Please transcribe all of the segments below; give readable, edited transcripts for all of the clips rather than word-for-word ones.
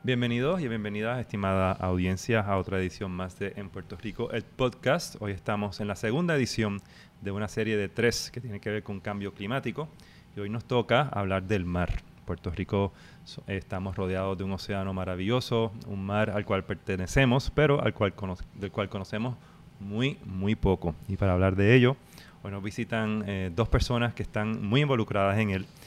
Bienvenidos y bienvenidas, estimada audiencia, a otra edición más de En Puerto Rico, el podcast. Hoy estamos en la segunda edición de una serie de 3 que tiene que ver con cambio climático. Y hoy nos toca hablar del mar. En Puerto Rico estamos rodeados de un océano maravilloso, un mar al cual pertenecemos, pero del cual conocemos muy poco. Y para hablar de ello, hoy nos visitan dos personas que están muy involucradas en él.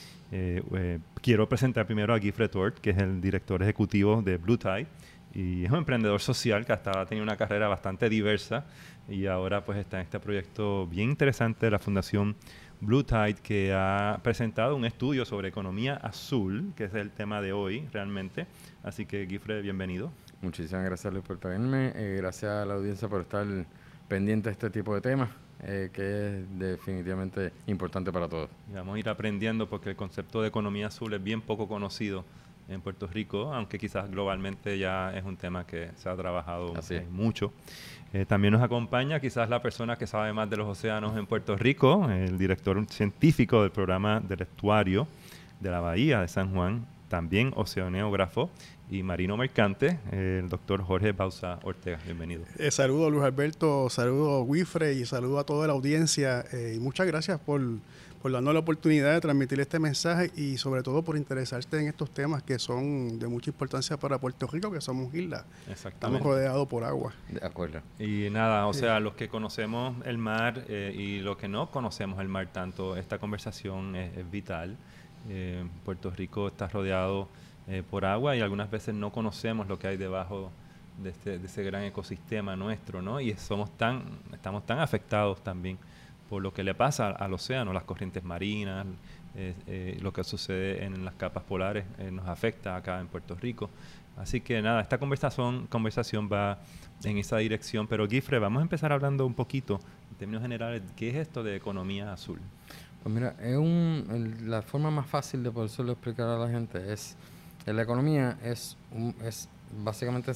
Quiero presentar primero a Guy Fretort, que es el director ejecutivo de Blue Tide y es un emprendedor social que hasta ha tenido una carrera bastante diversa y ahora pues está en este proyecto bien interesante de la Fundación Blue Tide, que ha presentado un estudio sobre economía azul, que es el tema de hoy realmente. Así que Guifre, bienvenido. Muchísimas gracias, Luis, por traerme. Gracias a la audiencia por estar pendiente de este tipo de temas, que es definitivamente importante para todos. Y vamos a ir aprendiendo porque el concepto de economía azul es bien poco conocido en Puerto Rico, aunque quizás globalmente ya es un tema que se ha trabajado mucho. También nos acompaña quizás la persona que sabe más de los océanos en Puerto Rico, el director científico del programa del estuario de la Bahía de San Juan, también oceanógrafo y marino mercante, el doctor Jorge Bauza Ortega. Bienvenido. Saludo Luis Alberto, saludo Guifre y saludo a toda la audiencia. Y muchas gracias por darnos la oportunidad de transmitir este mensaje y sobre todo por interesarte en estos temas que son de mucha importancia para Puerto Rico, que somos islas. Estamos rodeados por agua. De acuerdo. Y nada, o sea, los que conocemos el mar y los que no conocemos el mar tanto, esta conversación es vital. Puerto Rico está rodeado por agua y algunas veces no conocemos lo que hay debajo de ese gran ecosistema nuestro, ¿no? Y estamos tan afectados también por lo que le pasa al océano, las corrientes marinas, lo que sucede en las capas polares nos afecta acá en Puerto Rico. Así que nada, esta conversación va en esa dirección. Pero Guifre, vamos a empezar hablando un poquito, en términos generales, ¿qué es esto de economía azul? Pues mira, la forma más fácil de podérselo explicar a la gente es la economía básicamente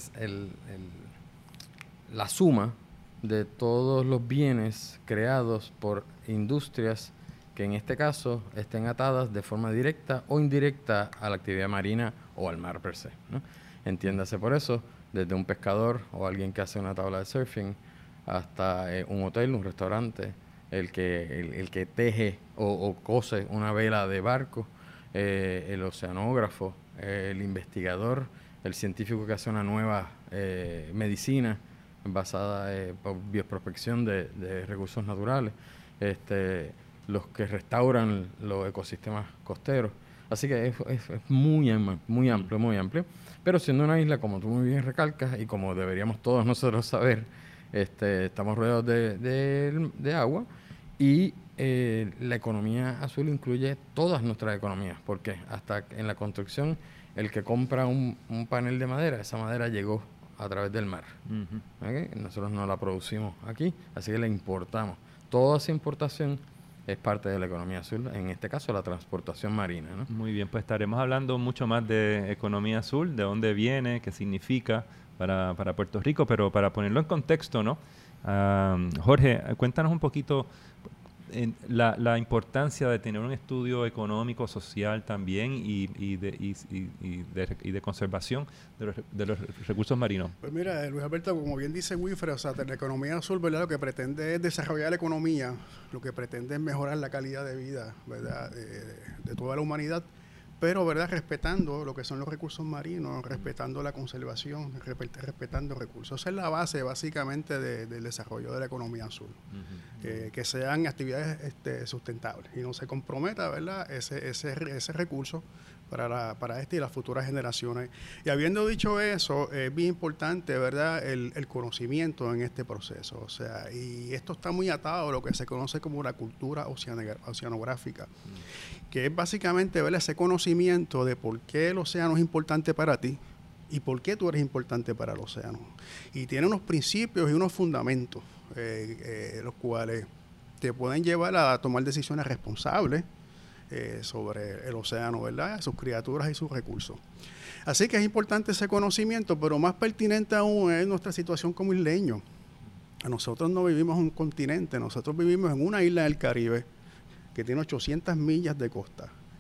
la suma de todos los bienes creados por industrias que en este caso estén atadas de forma directa o indirecta a la actividad marina o al mar per se, ¿no? Entiéndase por eso, desde un pescador o alguien que hace una tabla de surfing hasta un hotel, un restaurante, el que teje o cose una vela de barco, el oceanógrafo, el investigador, el científico que hace una nueva medicina basada por bioprospección de recursos naturales, los que restauran los ecosistemas costeros. Así que es muy amplio. Pero siendo una isla, como tú muy bien recalcas, y como deberíamos todos nosotros saber, estamos rodeados de agua y la economía azul incluye todas nuestras economías, porque hasta en la construcción, el que compra un panel de madera, esa madera llegó a través del mar. Uh-huh. ¿Okay? Nosotros no la producimos aquí, así que la importamos. Toda esa importación es parte de la economía azul, en este caso la transportación marina, ¿no? Muy bien, pues estaremos hablando mucho más de economía azul, de dónde viene, qué significa para Puerto Rico, pero para ponerlo en contexto, ¿no? Jorge, cuéntanos un poquito la importancia de tener un estudio económico, social también y de conservación de los recursos marinos. Pues mira, Luis Alberto, como bien dice Wilfred, o sea, la economía azul, ¿verdad? Lo que pretende es desarrollar la economía, lo que pretende es mejorar la calidad de vida, ¿verdad? De toda la humanidad, pero, ¿verdad?, respetando lo que son los recursos marinos, respetando la conservación, respetando recursos. Esa es la base, básicamente, del desarrollo de la economía azul. Uh-huh. Que sean actividades sustentables y no se comprometa, ¿verdad?, ese recurso para y las futuras generaciones. Y habiendo dicho eso, es bien importante, ¿verdad?, el conocimiento en este proceso. O sea, y esto está muy atado a lo que se conoce como la cultura oceanográfica, que es básicamente, ¿verdad?, ese conocimiento de por qué el océano es importante para ti y por qué tú eres importante para el océano. Y tiene unos principios y unos fundamentos, los cuales te pueden llevar a tomar decisiones responsables sobre el océano, ¿verdad?, sus criaturas y sus recursos. Así que es importante ese conocimiento, pero más pertinente aún es nuestra situación como isleños. Nosotros no vivimos en un continente, nosotros vivimos en una isla del Caribe que tiene 800 millas de costa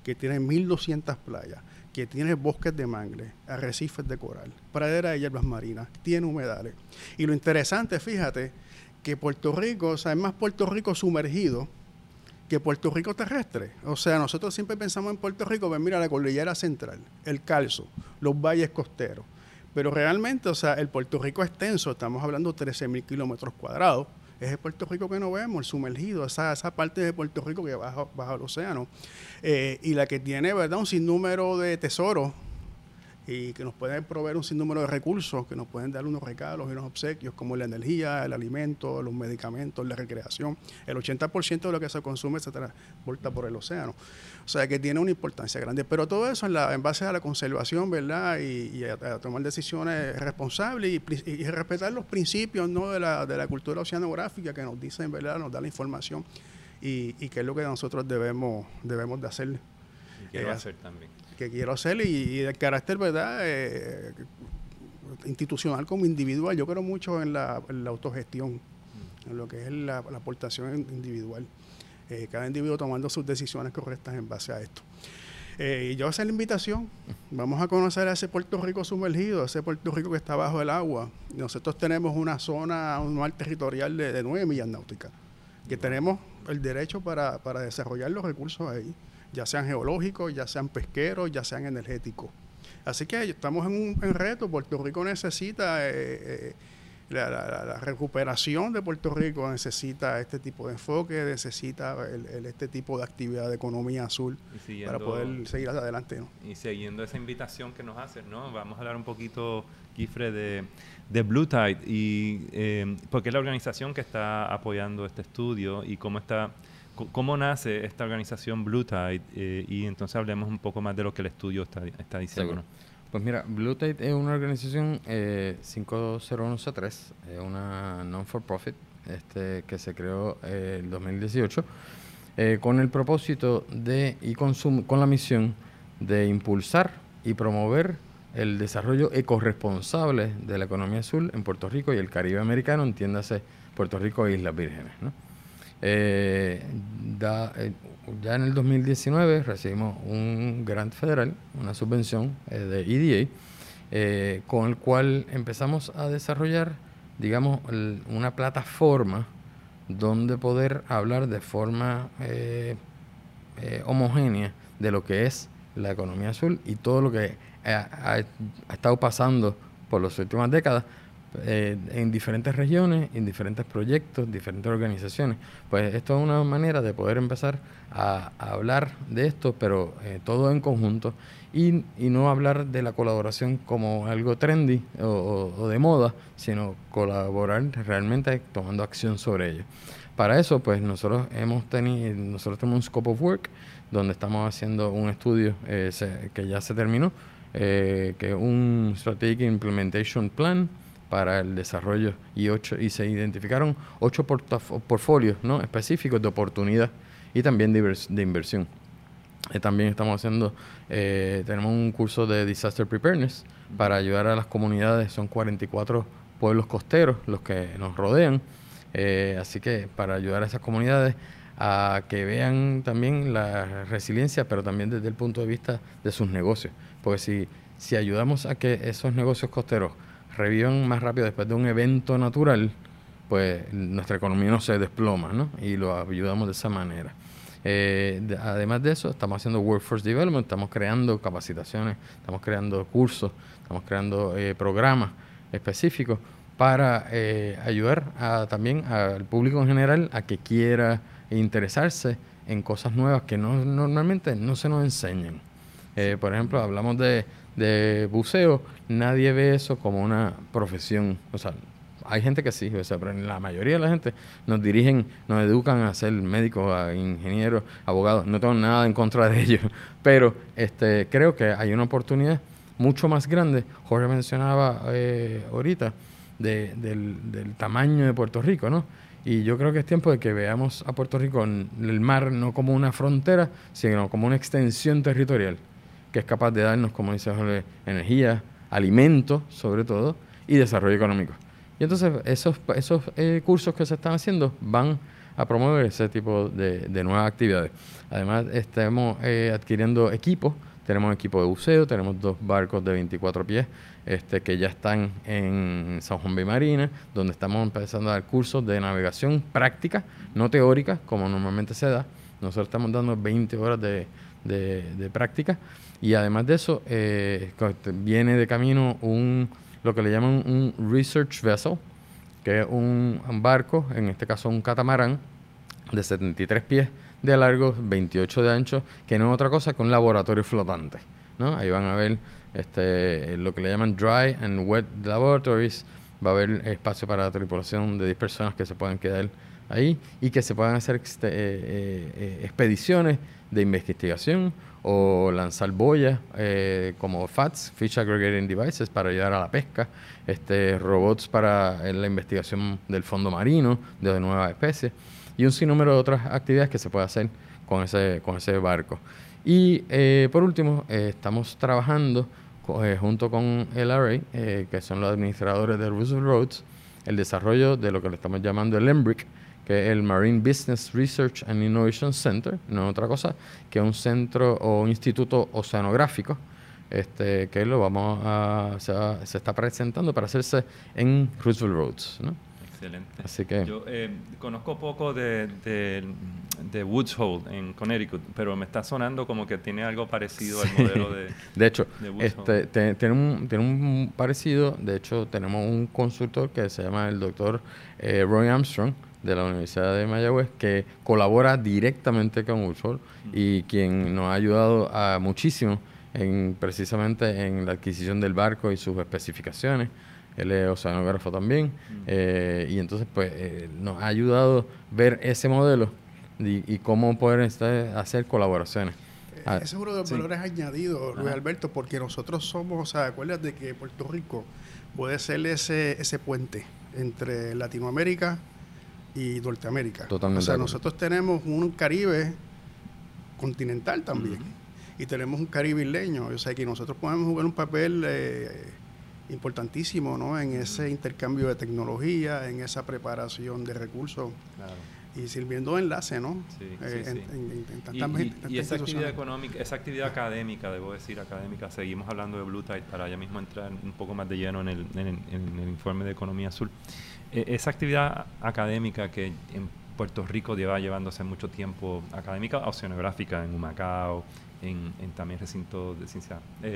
que tiene 1.200 playas, que tiene bosques de mangle, arrecifes de coral, praderas de hierbas marinas, tiene humedales. Y lo interesante, fíjate, que Puerto Rico, o sea, es más Puerto Rico sumergido que Puerto Rico terrestre. O sea, nosotros siempre pensamos en Puerto Rico, pues mira, la cordillera central, el Calzo, los valles costeros. Pero realmente, o sea, el Puerto Rico extenso, estamos hablando de 13.000 kilómetros cuadrados, es el Puerto Rico que no vemos, el sumergido, esa parte de Puerto Rico que baja al océano, y la que tiene, ¿verdad?, un sinnúmero de tesoros y que nos pueden proveer un sinnúmero de recursos, que nos pueden dar unos regalos y unos obsequios, como la energía, el alimento, los medicamentos, la recreación. El 80% de lo que se consume se transporta por el océano. O sea, que tiene una importancia grande. Pero todo eso en base a la conservación, ¿verdad? Y a tomar decisiones responsables y respetar los principios, ¿no?, de la cultura oceanográfica que nos dicen, ¿verdad?, nos da la información y qué es lo que nosotros debemos de hacer. Y quiero hacer también. Que quiero hacer y de carácter, ¿verdad?, institucional como individual. Yo creo mucho en la autogestión, en lo que es la aportación individual. Cada individuo tomando sus decisiones correctas en base a esto. Y yo hacer la invitación, vamos a conocer a ese Puerto Rico sumergido, ese Puerto Rico que está bajo el agua. Nosotros tenemos una zona, un mar territorial de 9 millas náuticas, que tenemos el derecho para desarrollar los recursos ahí, ya sean geológicos, ya sean pesqueros, ya sean energéticos. Así que estamos en un reto. Puerto Rico necesita, la recuperación de Puerto Rico necesita este tipo de enfoque, necesita este tipo de actividad de economía azul para poder seguir adelante, ¿no? Y siguiendo esa invitación que nos haces, ¿no?, vamos a hablar un poquito, Guifre, de Blue Tide, y porque es la organización que está apoyando este estudio y cómo nace esta organización Blue Tide, y entonces hablemos un poco más de lo que el estudio está diciendo, ¿no? Pues mira, Blue Tide es una organización 501c3, es una non-for-profit que se creó en 2018 con el propósito con la misión de impulsar y promover el desarrollo ecorresponsable de la economía azul en Puerto Rico y el Caribe americano, entiéndase Puerto Rico e Islas Vírgenes, ¿no? Ya en el 2019 recibimos un grant federal, una subvención de EDA, con el cual empezamos a desarrollar, digamos, una plataforma donde poder hablar de forma homogénea de lo que es la economía azul y todo lo que ha estado pasando por las últimas décadas, en diferentes regiones, en diferentes proyectos, diferentes organizaciones. Pues esto es una manera de poder empezar a hablar de esto, pero todo en conjunto, y no hablar de la colaboración como algo trendy o de moda, sino colaborar realmente tomando acción sobre ello. Para eso, pues nosotros tenemos un scope of work donde estamos haciendo un estudio que ya se terminó, que es un Strategic Implementation Plan para el desarrollo, y se identificaron 8 portfolios, ¿no?, específicos de oportunidad y también de inversión. También estamos haciendo, tenemos un curso de Disaster Preparedness para ayudar a las comunidades. Son 44 pueblos costeros los que nos rodean, así que para ayudar a esas comunidades a que vean también la resiliencia, pero también desde el punto de vista de sus negocios. Porque si ayudamos a que esos negocios costeros revivan más rápido después de un evento natural, pues nuestra economía no se desploma, ¿no? Y lo ayudamos de esa manera. Además de eso, estamos haciendo Workforce Development, estamos creando capacitaciones, estamos creando cursos, estamos creando programas específicos para ayudar también al público en general a que quiera interesarse en cosas nuevas que normalmente no se nos enseñan. Por ejemplo, hablamos de buceo, nadie ve eso como una profesión. O sea, hay gente que sí, o sea, pero la mayoría de la gente nos educan a ser médicos, a ingenieros, abogados. No tengo nada en contra de ellos, pero creo que hay una oportunidad mucho más grande. Jorge mencionaba ahorita del tamaño de Puerto Rico, ¿no? Y yo creo que es tiempo de que veamos a Puerto Rico en el mar no como una frontera, sino como una extensión territorial que es capaz de darnos, como dice Jorge, energía, alimentos sobre todo, y desarrollo económico. Y entonces esos cursos que se están haciendo van a promover ese tipo de nuevas actividades. Además, estamos adquiriendo equipos. Tenemos equipo de buceo, tenemos 2 barcos de 24 pies que ya están en San Juan Bay Marina, donde estamos empezando a dar cursos de navegación práctica, no teórica, como normalmente se da. Nosotros estamos dando 20 horas de práctica, y además de eso, viene de camino lo que le llaman un research vessel, que es un barco, en este caso un catamarán, de 73 pies de largo, 28 de ancho, que no es otra cosa que un laboratorio flotante, ¿no? Ahí van a ver lo que le llaman dry and wet laboratories. Va a haber espacio para la tripulación de 10 personas que se puedan quedar ahí y que se puedan hacer expediciones de investigación o lanzar boyas como FATS, Fish Aggregating Devices, para ayudar a la pesca, robots para la investigación del fondo marino de nuevas especies, y un sinnúmero de otras actividades que se puede hacer con ese barco. Y por último, estamos trabajando junto con LRA, que son los administradores de Roosevelt Roads, el desarrollo de lo que le estamos llamando el MBRIC, que es el Marine Business Research and Innovation Center, no es otra cosa que un centro o un instituto oceanográfico, que se está presentando para hacerse en Roosevelt Roads, ¿no? Excelente. Así que yo conozco poco de Woods Hole en Connecticut, pero me está sonando como que tiene algo parecido al modelo de hecho, de Woods Hole. tiene un parecido. De hecho, tenemos un consultor que se llama el doctor Roy Armstrong, de la Universidad de Mayagüez, que colabora directamente con Woods Hole y quien nos ha ayudado muchísimo precisamente en la adquisición del barco y sus especificaciones. Él es oceanógrafo también, y entonces pues nos ha ayudado a ver ese modelo y cómo poder hacer colaboraciones. Ese es uno de los valores añadidos, Luis Alberto, porque nosotros somos, o sea, acuérdate que Puerto Rico puede ser ese puente entre Latinoamérica y Norteamérica. Totalmente. O sea, nosotros tenemos un Caribe continental también, y tenemos un Caribe isleño. O sea, que nosotros podemos jugar un papel importantísimo, ¿no?, en ese intercambio de tecnología, en esa preparación de recursos, claro, y sirviendo de enlace, ¿no? Sí, y esa actividad económica, esa actividad académica, debo decir, seguimos hablando de Blue Tide para ya mismo entrar un poco más de lleno en el informe de Economía Azul. Esa actividad académica que en Puerto Rico lleva llevándose mucho tiempo, académica oceanográfica en Humacao, en también recinto de ciencia,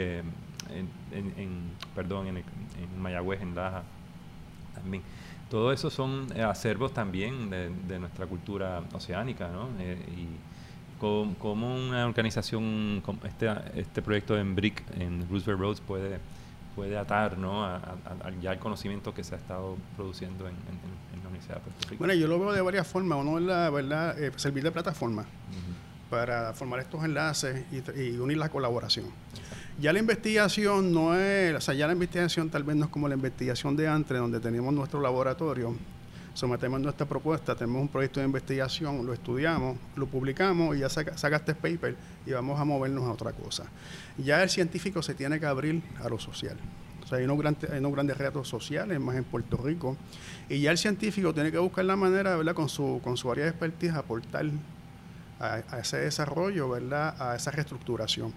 en Mayagüez, en Laja también. Todo eso son acervos también de nuestra cultura oceánica, ¿no? Y como una organización como este proyecto de MBRIC en Roosevelt Roads puede atar, ¿no?, ya el conocimiento que se ha estado produciendo en la Universidad de Puerto Rico. Bueno, yo lo veo de varias formas. Uno es la verdad, servir de plataforma para formar estos enlaces y unir la colaboración. Ya la investigación ya la investigación tal vez no es como la investigación de antes, donde teníamos nuestro laboratorio, sometemos nuestra propuesta, tenemos un proyecto de investigación, lo estudiamos, lo publicamos y ya saca este paper y vamos a movernos a otra cosa. Ya el científico se tiene que abrir a lo social. O sea, hay unos grandes retos sociales, más en Puerto Rico, y ya el científico tiene que buscar la manera, ¿verdad?, con su área de expertise, aportar a ese desarrollo, ¿verdad?, a esa reestructuración.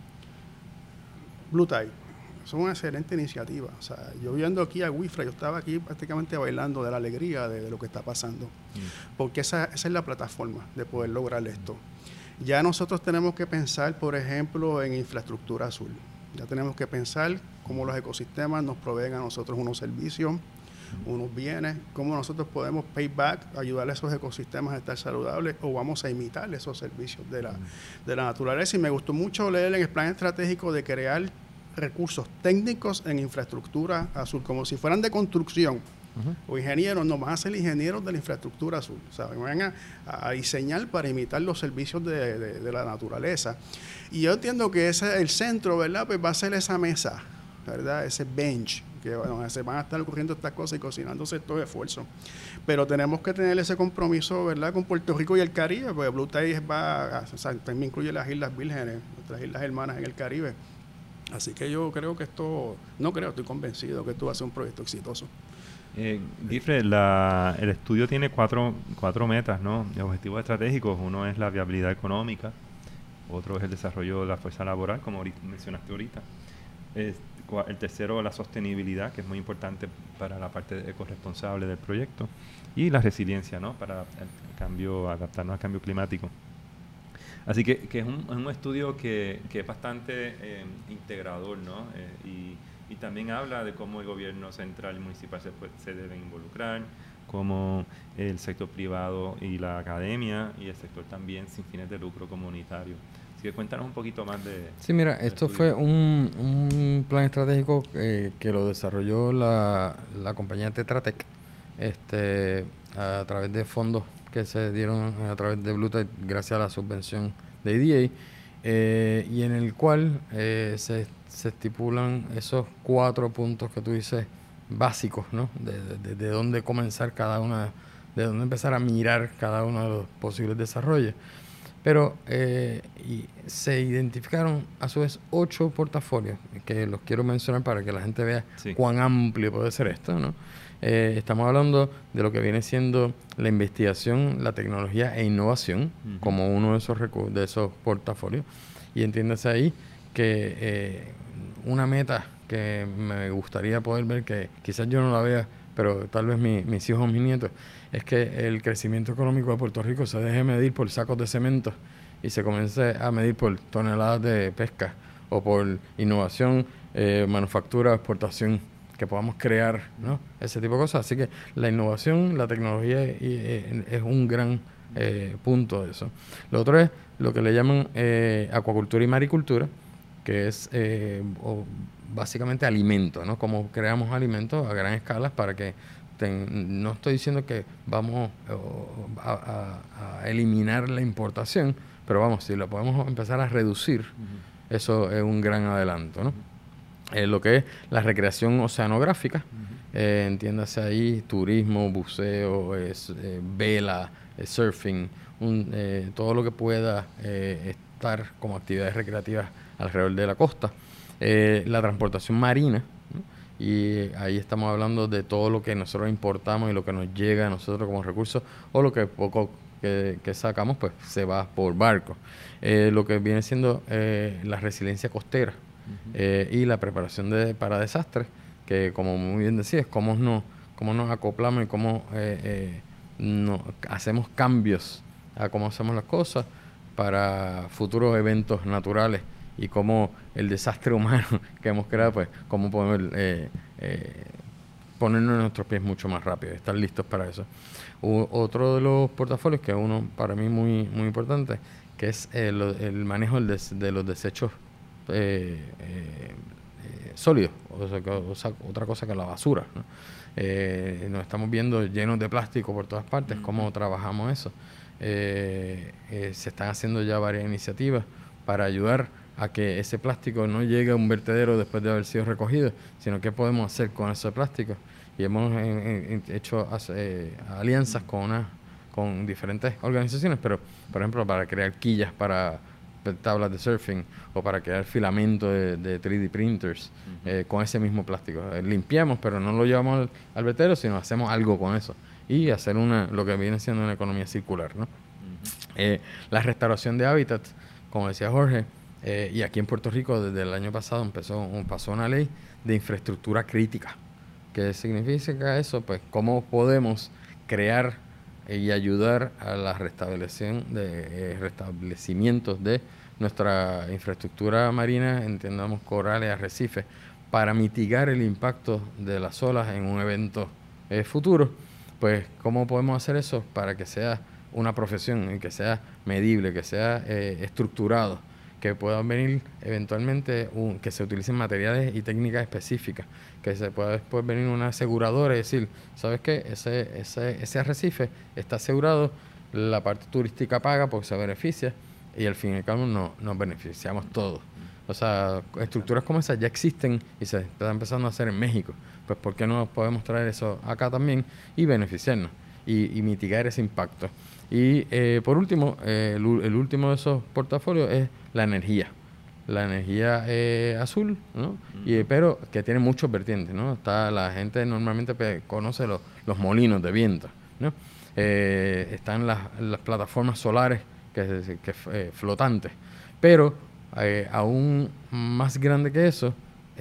Blue Tide es una excelente iniciativa. O sea, yo viendo aquí a Wifra, yo estaba aquí prácticamente bailando de la alegría de lo que está pasando, porque esa es la plataforma de poder lograr esto. Ya nosotros tenemos que pensar, por ejemplo, en infraestructura azul. Ya tenemos que pensar cómo los ecosistemas nos proveen a nosotros unos servicios, unos bienes, cómo nosotros podemos pay back, ayudar a esos ecosistemas a estar saludables, o vamos a imitar esos servicios de la naturaleza. Y me gustó mucho leer en el plan estratégico de crear recursos técnicos en infraestructura azul, como si fueran de construcción. O ingenieros, no van a ser ingenieros de la infraestructura azul. O sea, van a diseñar para imitar los servicios de la naturaleza. Y yo entiendo que el centro, ¿verdad?, pues va a ser esa mesa, ¿verdad?, ese bench, que bueno, se van a estar ocurriendo estas cosas y cocinándose estos esfuerzos. Pero tenemos que tener ese compromiso, ¿verdad?, con Puerto Rico y el Caribe, porque Blue Tide también incluye las Islas Vírgenes, nuestras Islas Hermanas en el Caribe. Así que yo creo que estoy convencido que esto va a ser un proyecto exitoso. Gifre, el estudio tiene cuatro metas, ¿no? Objetivos estratégicos. Uno es la viabilidad económica, otro es el desarrollo de la fuerza laboral, como mencionaste ahorita. El tercero, la sostenibilidad, que es muy importante para la parte ecorresponsable del proyecto, y la resiliencia, ¿no? Para el cambio, adaptarnos al cambio climático. Así que es un estudio que es bastante integrador, ¿no? Y también habla de cómo el gobierno central y municipal se deben involucrar, cómo el sector privado y la academia y el sector también sin fines de lucro comunitario. Así que cuéntanos un poquito más de... Sí, mira, esto fue un plan estratégico que lo desarrolló la compañía Tetra Tech a través de fondos que se dieron a través de Blue Tide gracias a la subvención de EDA, y en el cual se estipulan esos 4 puntos que tú dices básicos, ¿no? De dónde comenzar de dónde empezar a mirar cada uno de los posibles desarrollos. Pero y se identificaron a su vez 8 portafolios, que los quiero mencionar para que la gente vea cuán amplio puede ser esto, ¿no? Estamos hablando de lo que viene siendo la investigación, la tecnología e innovación como uno de esos portafolios. Y entiéndase ahí que una meta que me gustaría poder ver, que quizás yo no la vea, pero tal vez mis hijos o mis nietos, es que el crecimiento económico de Puerto Rico se deje medir por sacos de cemento y se comience a medir por toneladas de pesca o por innovación, manufactura, exportación, que podamos crear, ¿no? Ese tipo de cosas. Así que la innovación, la tecnología es un gran punto de eso. Lo otro es lo que le llaman acuacultura y maricultura, que es básicamente alimento, ¿no? Cómo creamos alimentos a gran escala para que no estoy diciendo que vamos a eliminar la importación, pero vamos, si lo podemos empezar a reducir, eso es un gran adelanto, ¿no? Lo que es la recreación oceanográfica, entiéndase ahí turismo, buceo, vela, surfing, todo lo que pueda estar como actividades recreativas alrededor de la costa. La transportación marina, ¿no? Y ahí estamos hablando de todo lo que nosotros importamos y lo que nos llega a nosotros como recursos, o lo que poco que sacamos pues se va por barco. Lo que viene siendo la resiliencia costera, y la preparación para desastres, que como muy bien decías, cómo nos acoplamos y cómo hacemos cambios a cómo hacemos las cosas para futuros eventos naturales, y cómo el desastre humano que hemos creado, pues cómo podemos ponernos en nuestros pies mucho más rápido, estar listos para eso. Otro de los portafolios, que es uno para mí muy, muy importante, que es el manejo de los desechos sólidos, o sea, otra cosa que la basura, ¿no? Nos estamos viendo llenos de plástico por todas partes. ¿Cómo trabajamos eso? Se están haciendo ya varias iniciativas para ayudar a que ese plástico no llegue a un vertedero después de haber sido recogido, sino qué podemos hacer con ese plástico. Y hemos hecho alianzas con diferentes organizaciones, pero por ejemplo para crear quillas para tablas de surfing, o para crear filamentos de 3D printers con ese mismo plástico. Limpiamos, pero no lo llevamos al vertedero, sino hacemos algo con eso y hacer lo que viene siendo una economía circular, ¿no? La restauración de hábitats, como decía Jorge, y aquí en Puerto Rico desde el año pasado pasó una ley de infraestructura crítica. ¿Qué significa eso? Pues cómo podemos crear y ayudar a la restablecimientos de nuestra infraestructura marina, entendamos corales, arrecifes, para mitigar el impacto de las olas en un evento futuro. Pues cómo podemos hacer eso para que sea una profesión y que sea medible, que sea estructurado, que puedan venir eventualmente, que se utilicen materiales y técnicas específicas, que se pueda después venir una aseguradora y decir, ¿sabes qué? Ese arrecife está asegurado, la parte turística paga porque se beneficia, y al fin y al cabo nos beneficiamos todos. O sea, estructuras como esas ya existen y se están empezando a hacer en México. Pues ¿por qué no podemos traer eso acá también y beneficiarnos y mitigar ese impacto? Y por último, el último de esos portafolios es la energía. la energía azul, ¿no? Pero que tiene muchos vertientes, ¿no? La gente normalmente conoce los molinos de viento, ¿no? Están las plataformas solares flotantes, pero aún más grande que eso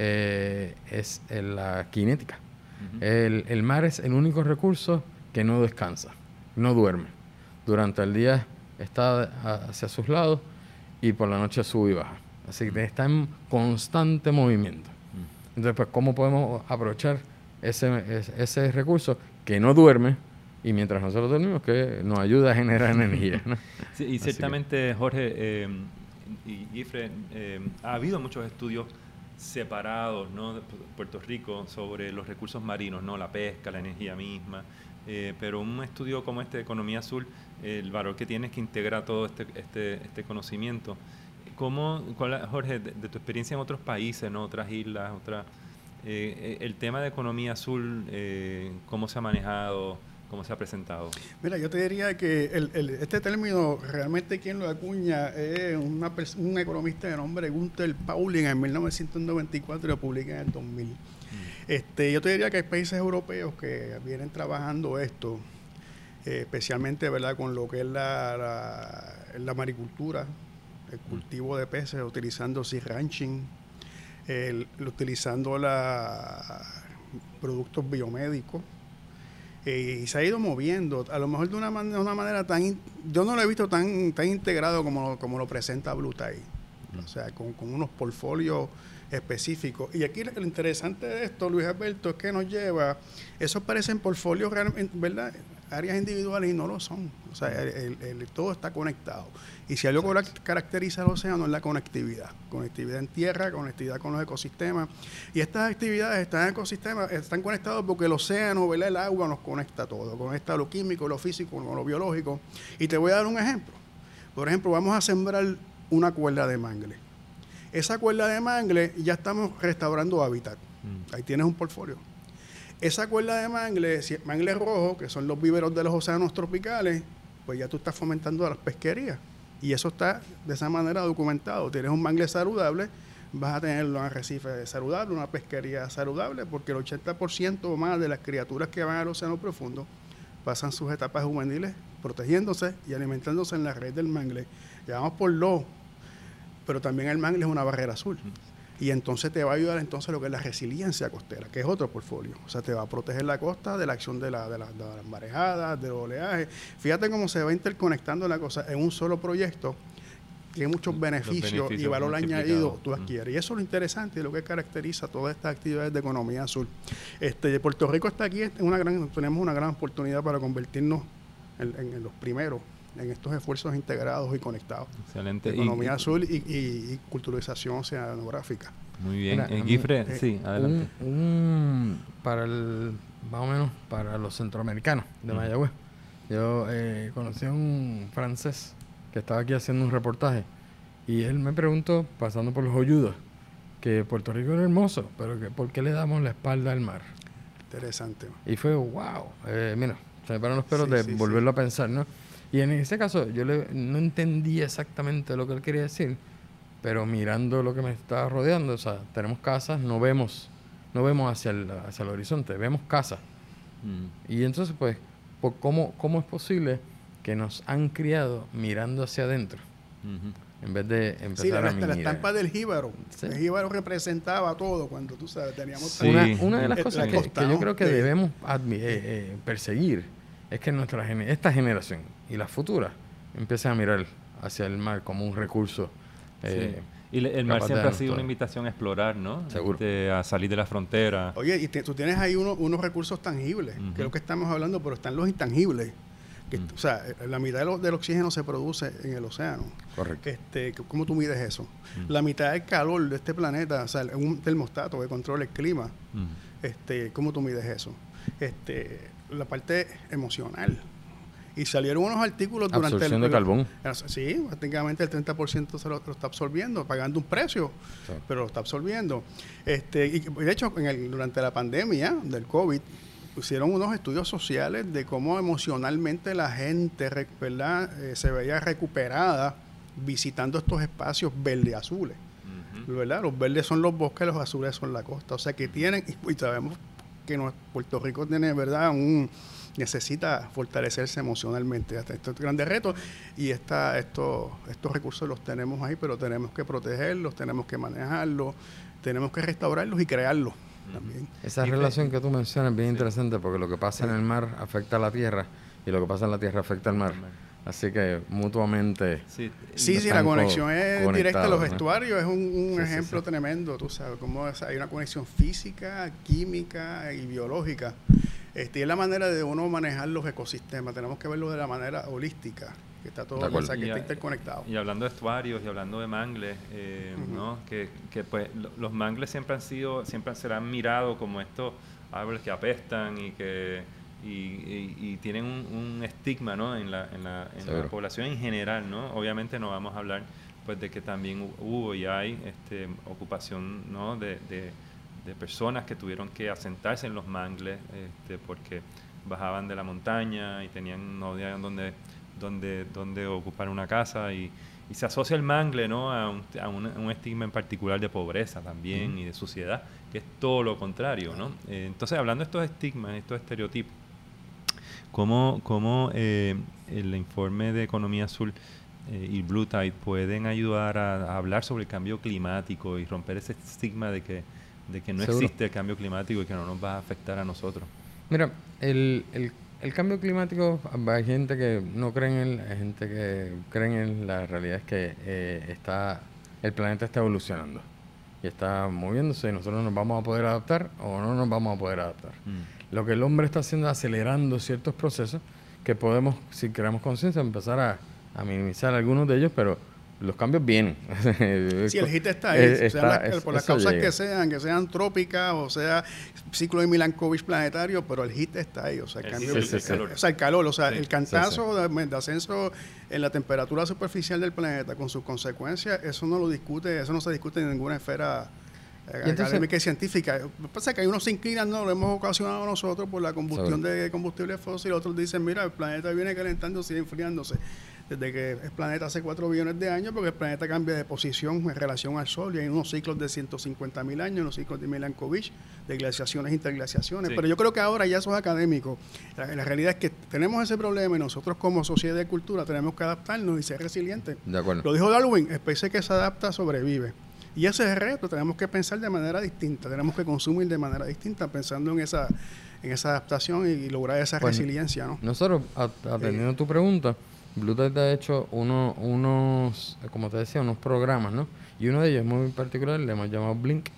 es la cinética. El mar es el único recurso que no descansa, no duerme. Durante el día está hacia sus lados y por la noche sube y baja. Así que está en constante movimiento. Entonces, pues, ¿cómo podemos aprovechar ese recurso que no duerme y mientras nosotros dormimos que nos ayuda a generar energía, ¿no? Sí, y ciertamente, Jorge y Guifre, ha habido muchos estudios separados, ¿no?, de Puerto Rico sobre los recursos marinos, ¿no?, la pesca, la energía misma, pero un estudio como este de Economía Azul, el valor que tiene es que integra todo este conocimiento. Jorge, de tu experiencia en otros países, ¿no?, otras islas, el tema de economía azul, ¿cómo se ha manejado? ¿Cómo se ha presentado? Mira, yo te diría que este término, realmente quien lo acuña es un economista de nombre Gunther Pauling en 1994 y lo publica en el 2000. Yo te diría que hay países europeos que vienen trabajando esto, especialmente, ¿verdad?, con lo que es la maricultura, el cultivo de peces, utilizando sea ranching, utilizando productos biomédicos. Y se ha ido moviendo, a lo mejor de una manera yo no lo he visto tan integrado como lo presenta Blue Tide, o sea, con unos portfolios específicos. Y aquí lo interesante de esto, Luis Alberto, es que nos lleva, esos parecen portfolios realmente, ¿verdad?, áreas individuales y no lo son. O sea, todo está conectado. Y si algo caracteriza al océano es la conectividad. Conectividad en tierra, conectividad con los ecosistemas. Y estas actividades están conectadas porque el océano, ¿verdad?, el agua nos conecta todo. Conecta lo químico, lo físico, lo biológico. Y te voy a dar un ejemplo. Por ejemplo, vamos a sembrar una cuerda de mangle. Esa cuerda de mangle ya estamos restaurando hábitat. Ahí tienes un portfolio. Esa cuerda de mangle rojo, que son los víveros de los océanos tropicales, pues ya tú estás fomentando las pesquerías. Y eso está de esa manera documentado. Tienes un mangle saludable, vas a tener un arrecife saludable, una pesquería saludable, porque el 80% o más de las criaturas que van al océano profundo pasan sus etapas juveniles protegiéndose y alimentándose en la red del mangle. Llamamos por pero también el mangle es una barrera azul. Y entonces te va a ayudar entonces lo que es la resiliencia costera, que es otro portfolio. O sea, te va a proteger la costa de la acción de las marejadas, de los oleajes. Fíjate cómo se va interconectando la cosa en un solo proyecto, que hay muchos beneficios y valor añadido tú adquieres. Y eso es lo interesante y lo que caracteriza todas estas actividades de economía azul. Puerto Rico está aquí, tenemos una gran oportunidad para convertirnos en los primeros en estos esfuerzos integrados y conectados. Excelente. Economía azul y culturalización oceanográfica. Muy bien. Guifre, sí, adelante. Más o menos para los centroamericanos de Mayagüez. Yo conocí a un francés que estaba aquí haciendo un reportaje y él me preguntó, pasando por los hoyudos, que Puerto Rico era hermoso, pero que ¿por qué le damos la espalda al mar? Interesante. Y fue, wow, mira, se me paran los pelos de volverlo a pensar, ¿no? Y en ese caso yo no entendí exactamente lo que él quería decir, pero mirando lo que me estaba rodeando, o sea, tenemos casas, no vemos hacia el horizonte, vemos casas. Y entonces, pues, ¿cómo es posible que nos han criado mirando hacia adentro? En vez de empezar a mirar. La estampa del jíbaro. Sí. El jíbaro representaba todo cuando, tú sabes, teníamos... Una de las cosas que yo creo que debemos perseguir es que esta generación y las futuras empiecen a mirar hacia el mar como un recurso. Y el mar siempre ha sido una invitación a explorar, ¿no? Seguro. A salir de la frontera. Oye, y tú tienes ahí unos recursos tangibles, que es lo que estamos hablando, pero están los intangibles. O sea, la mitad del oxígeno se produce en el océano. Correcto. ¿Cómo tú mides eso? La mitad del calor de este planeta, o sea, un termostato que controla el clima. ¿Cómo tú mides eso? La parte emocional. Y salieron unos artículos durante absorción de carbón. Sí, prácticamente el 30% se lo está absorbiendo, pagando un precio, pero lo está absorbiendo. Y de hecho, durante la pandemia del COVID, hicieron unos estudios sociales de cómo emocionalmente la gente, ¿verdad?, se veía recuperada visitando estos espacios verde-azules. ¿verdad? Los verdes son los bosques, los azules son la costa. O sea que tienen, y sabemos que Puerto Rico tiene, ¿verdad?, necesita fortalecerse emocionalmente hasta estos grandes retos, y estos recursos los tenemos ahí, pero tenemos que protegerlos, tenemos que manejarlos, tenemos que restaurarlos y crearlos también. Esa relación que tú mencionas es bien interesante, porque lo que pasa en el mar afecta a la tierra y lo que pasa en la tierra afecta al mar. Así que mutuamente... Sí, la conexión es directa a los estuarios, es un ejemplo tremendo, tú sabes, cómo hay una conexión física, química y biológica. Y es la manera de uno manejar los ecosistemas, tenemos que verlo de la manera holística, que está todo, o sea, que está interconectado. Y hablando de estuarios y hablando de mangles, ¿no? Que pues los mangles siempre serán mirados como estos árboles que apestan y que y tienen un estigma, ¿no?, en la población en general, ¿no? Obviamente no vamos a hablar pues de que también hubo y hay ocupación, ¿no?, de personas que tuvieron que asentarse en los mangles porque bajaban de la montaña y no había donde ocupar una casa, y se asocia el mangle, ¿no?, a un estigma en particular de pobreza también y de suciedad, que es todo lo contrario, ¿no? Entonces, hablando de estos estigmas, estos estereotipos, ¿cómo el informe de Economía Azul y Blue Tide pueden ayudar a hablar sobre el cambio climático y romper ese estigma de que no existe el cambio climático y que no nos va a afectar a nosotros? Mira, el cambio climático, hay gente que no cree en él, hay gente que cree en él. La realidad es que el planeta está evolucionando y está moviéndose, y nosotros nos vamos a poder adaptar o no nos vamos a poder adaptar. Lo que el hombre está haciendo es acelerando ciertos procesos que podemos, si creamos conciencia, empezar a minimizar algunos de ellos, pero los cambios vienen. Sí, el hit está ahí, por las causas que sean trópicas, o sea, ciclo de Milankovitch planetario, pero el hit está ahí, o sea, el cambio, calor. O sea, el calor, o sea, el cantazo de ascenso en la temperatura superficial del planeta con sus consecuencias, eso no se discute en ninguna esfera académica y científica. Lo que pasa es que hay unos se inclinan, no lo hemos ocasionado nosotros por la combustión de combustibles fósiles, otros dicen, mira, el planeta viene calentándose y enfriándose desde que el planeta hace 4 billones de años, porque el planeta cambia de posición en relación al Sol, y hay unos ciclos de 150.000 años, unos ciclos de Milankovitch, de glaciaciones, interglaciaciones. Pero yo creo que ahora ya eso es académico. La realidad es que tenemos ese problema, y nosotros como sociedad de cultura tenemos que adaptarnos y ser resilientes. De acuerdo. Lo dijo Darwin, especie que se adapta sobrevive. Y ese es el reto, tenemos que pensar de manera distinta, tenemos que consumir de manera distinta, pensando en esa adaptación y lograr esa resiliencia, ¿no? Nosotros, atendiendo tu pregunta, Blue Tide ha hecho unos, como te decía, unos programas, ¿no? Y uno de ellos muy particular, le hemos llamado Blink,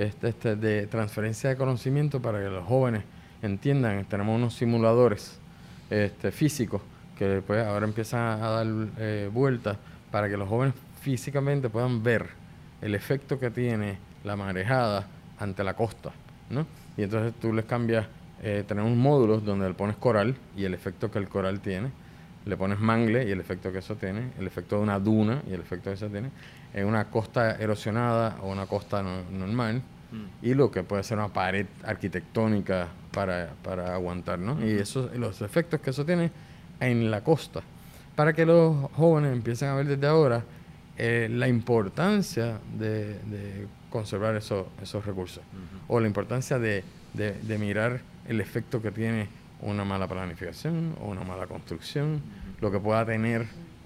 de transferencia de conocimiento para que los jóvenes entiendan. Tenemos unos simuladores físicos que pues ahora empiezan a dar vueltas para que los jóvenes físicamente puedan ver el efecto que tiene la marejada ante la costa, ¿no? Y entonces tú les cambias, tenemos módulos donde le pones coral y el efecto que el coral tiene, le pones mangle y el efecto que eso tiene, el efecto de una duna y el efecto que eso tiene, en una costa erosionada o una costa normal, y lo que puede ser una pared arquitectónica para aguantar, ¿no? Y los efectos que eso tiene en la costa, para que los jóvenes empiecen a ver desde ahora la importancia de conservar esos recursos, o la importancia de mirar el efecto que tiene una mala planificación o una mala construcción, lo que pueda tener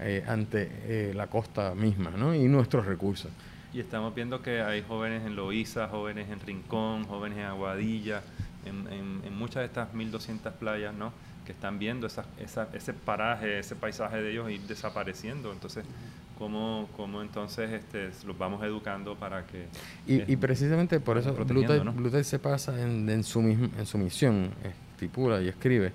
ante la costa misma, ¿no? Y nuestros recursos. Y estamos viendo que hay jóvenes en Loíza, jóvenes en Rincón, jóvenes en Aguadilla, en muchas de estas 1.200 playas, ¿no?, que están viendo ese paraje, ese paisaje de ellos ir desapareciendo. Entonces, ¿cómo entonces los vamos educando para que... Y precisamente por eso Blue Tide se pasa en su misión, estipula y escribe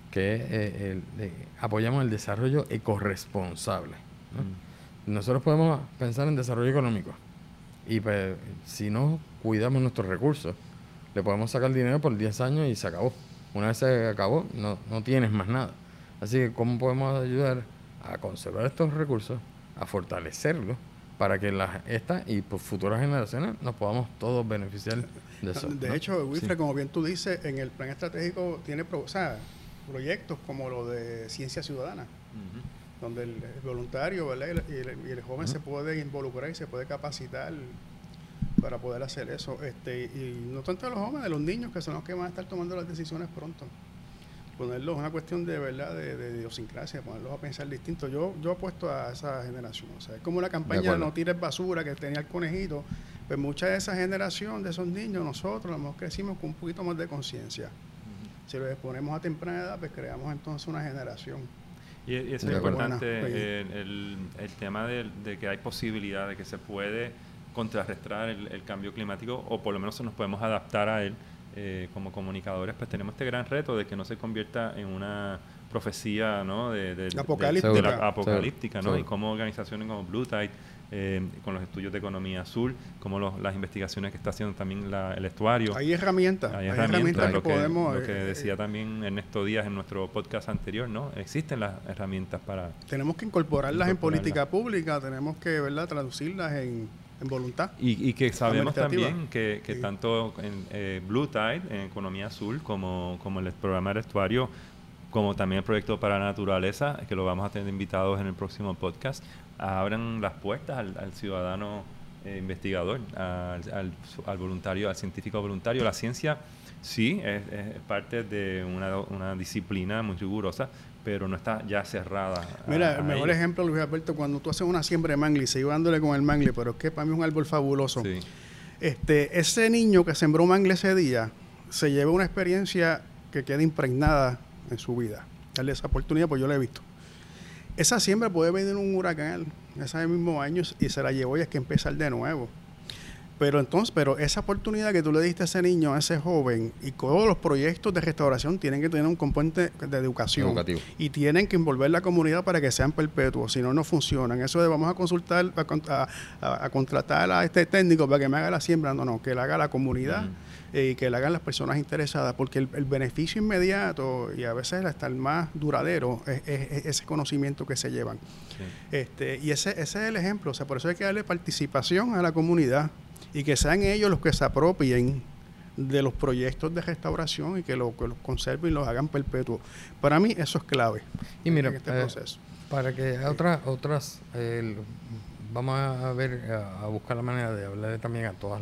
que apoyamos el desarrollo ecorresponsable, ¿no? Nosotros podemos pensar en desarrollo económico, y pues, si no cuidamos nuestros recursos, le podemos sacar dinero por 10 años y se acabó. Una vez se acabó, no tienes más nada. Así que, ¿cómo podemos ayudar a conservar estos recursos, a fortalecerlos, para que estas y pues, futuras generaciones nos podamos todos beneficiar de eso? De hecho, Wilfred, como bien tú dices, en el plan estratégico tiene proyectos como lo de Ciencia Ciudadana. donde el voluntario, ¿verdad? Y el joven se puede involucrar y se puede capacitar para poder hacer eso. Y no tanto los jóvenes, los niños, que son los que van a estar tomando las decisiones pronto. Ponerlos, es una cuestión de verdad, de idiosincrasia, ponerlos a pensar distinto. Yo apuesto a esa generación. O sea, es como la campaña de no tires basura que tenía el conejito. Pues mucha de esa generación, de esos niños, nosotros crecimos con un poquito más de conciencia. Si los exponemos a temprana edad, pues creamos entonces una generación. Y eso es importante, el tema de que hay posibilidad de que se puede contrarrestar el cambio climático, o por lo menos nos podemos adaptar a él. Como comunicadores, pues tenemos este gran reto de que no se convierta en una profecía, ¿no? apocalíptica, ¿no? Seguro. Y como organizaciones como Blue Tide, con los estudios de economía azul, como las investigaciones que está haciendo también el estuario. Hay herramientas que podemos... Lo que decía también Ernesto Díaz en nuestro podcast anterior, ¿no? Existen las herramientas para... Tenemos que incorporarlas en política pública, tenemos que, ¿verdad?, traducirlas en voluntad. Y que sabemos también que tanto en Blue Tide, en Economía Azul, como el programa del estuario, como también el proyecto para la naturaleza, que lo vamos a tener invitados en el próximo podcast, abran las puertas al ciudadano investigador, al voluntario, al científico voluntario. La ciencia sí es parte de una disciplina muy rigurosa, pero no está ya cerrada. Mira, el mejor ejemplo, Luis Alberto, cuando tú haces una siembra de mangle y se iba dándole con el mangle, pero es que para mí es un árbol fabuloso. Sí. Ese niño que sembró mangle ese día se lleva una experiencia que queda impregnada en su vida. Darle esa oportunidad, pues yo la he visto. Esa siembra puede venir un huracán ese mismo año y se la llevó y es que empezar de nuevo. Pero esa oportunidad que tú le diste a ese niño, a ese joven, y todos los proyectos de restauración tienen que tener un componente de educación. Educativo. Y tienen que envolver la comunidad para que sean perpetuos, si no, no funcionan. Eso de vamos a consultar, a contratar a este técnico para que me haga la siembra, no, que la haga la comunidad y que la hagan las personas interesadas, porque el beneficio inmediato y a veces hasta el más duradero es ese conocimiento que se llevan. Sí. Y ese es el ejemplo, o sea, por eso hay que darle participación a la comunidad y que sean ellos los que se apropien de los proyectos de restauración y que los conserven y los hagan perpetuos. Para mí eso es clave. Y mira, en este proceso. Para que otras vamos a buscar la manera de hablar también a todas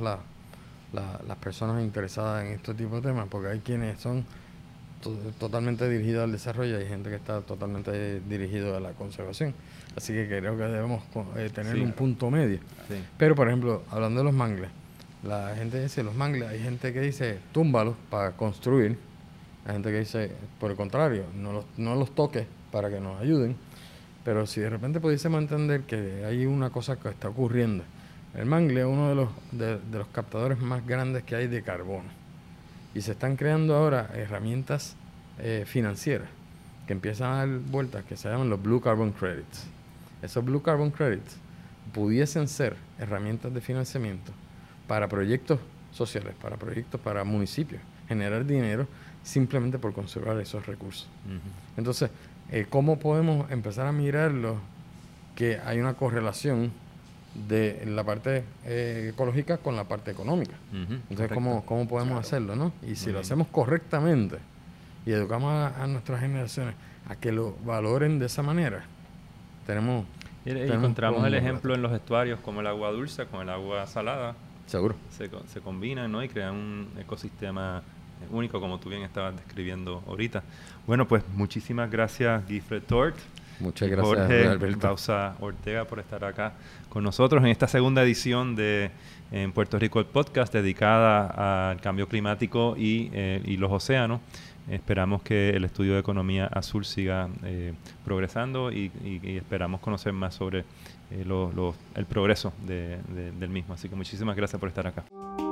las personas interesadas en este tipo de temas, porque hay quienes son totalmente dirigidos al desarrollo y hay gente que está totalmente dirigido a la conservación. Así que creo que debemos tener un punto medio. Sí. Pero, por ejemplo, hablando de los mangles, la gente dice los mangles, hay gente que dice túmbalos para construir, hay gente que dice, por el contrario, no los toques para que nos ayuden. Pero si de repente pudiésemos entender que hay una cosa que está ocurriendo, el mangle es uno de los captadores más grandes que hay de carbono. Y se están creando ahora herramientas financieras que empiezan a dar vueltas, que se llaman los Blue Carbon Credits. Esos Blue Carbon Credits pudiesen ser herramientas de financiamiento para proyectos sociales, para proyectos para municipios, generar dinero simplemente por conservar esos recursos. Entonces, ¿cómo podemos empezar a mirarlo? Que hay una correlación de la parte ecológica con la parte económica. Entonces, ¿cómo podemos hacerlo, no? Y si lo hacemos correctamente y educamos a nuestras generaciones a que lo valoren de esa manera, tenemos encontramos el ejemplo en los estuarios, como el agua dulce con el agua salada. Seguro. Se combinan, ¿no? Y crean un ecosistema único, como tú bien estabas describiendo ahorita. Bueno, pues muchísimas gracias, Guifred Tort. Muchas gracias, Jorge Bauza Ortega, por estar acá con nosotros en esta segunda edición de En Puerto Rico el podcast, dedicada al cambio climático y los océanos. Esperamos que el estudio de economía azul siga progresando y esperamos conocer más sobre el progreso del mismo. Así que muchísimas gracias por estar acá.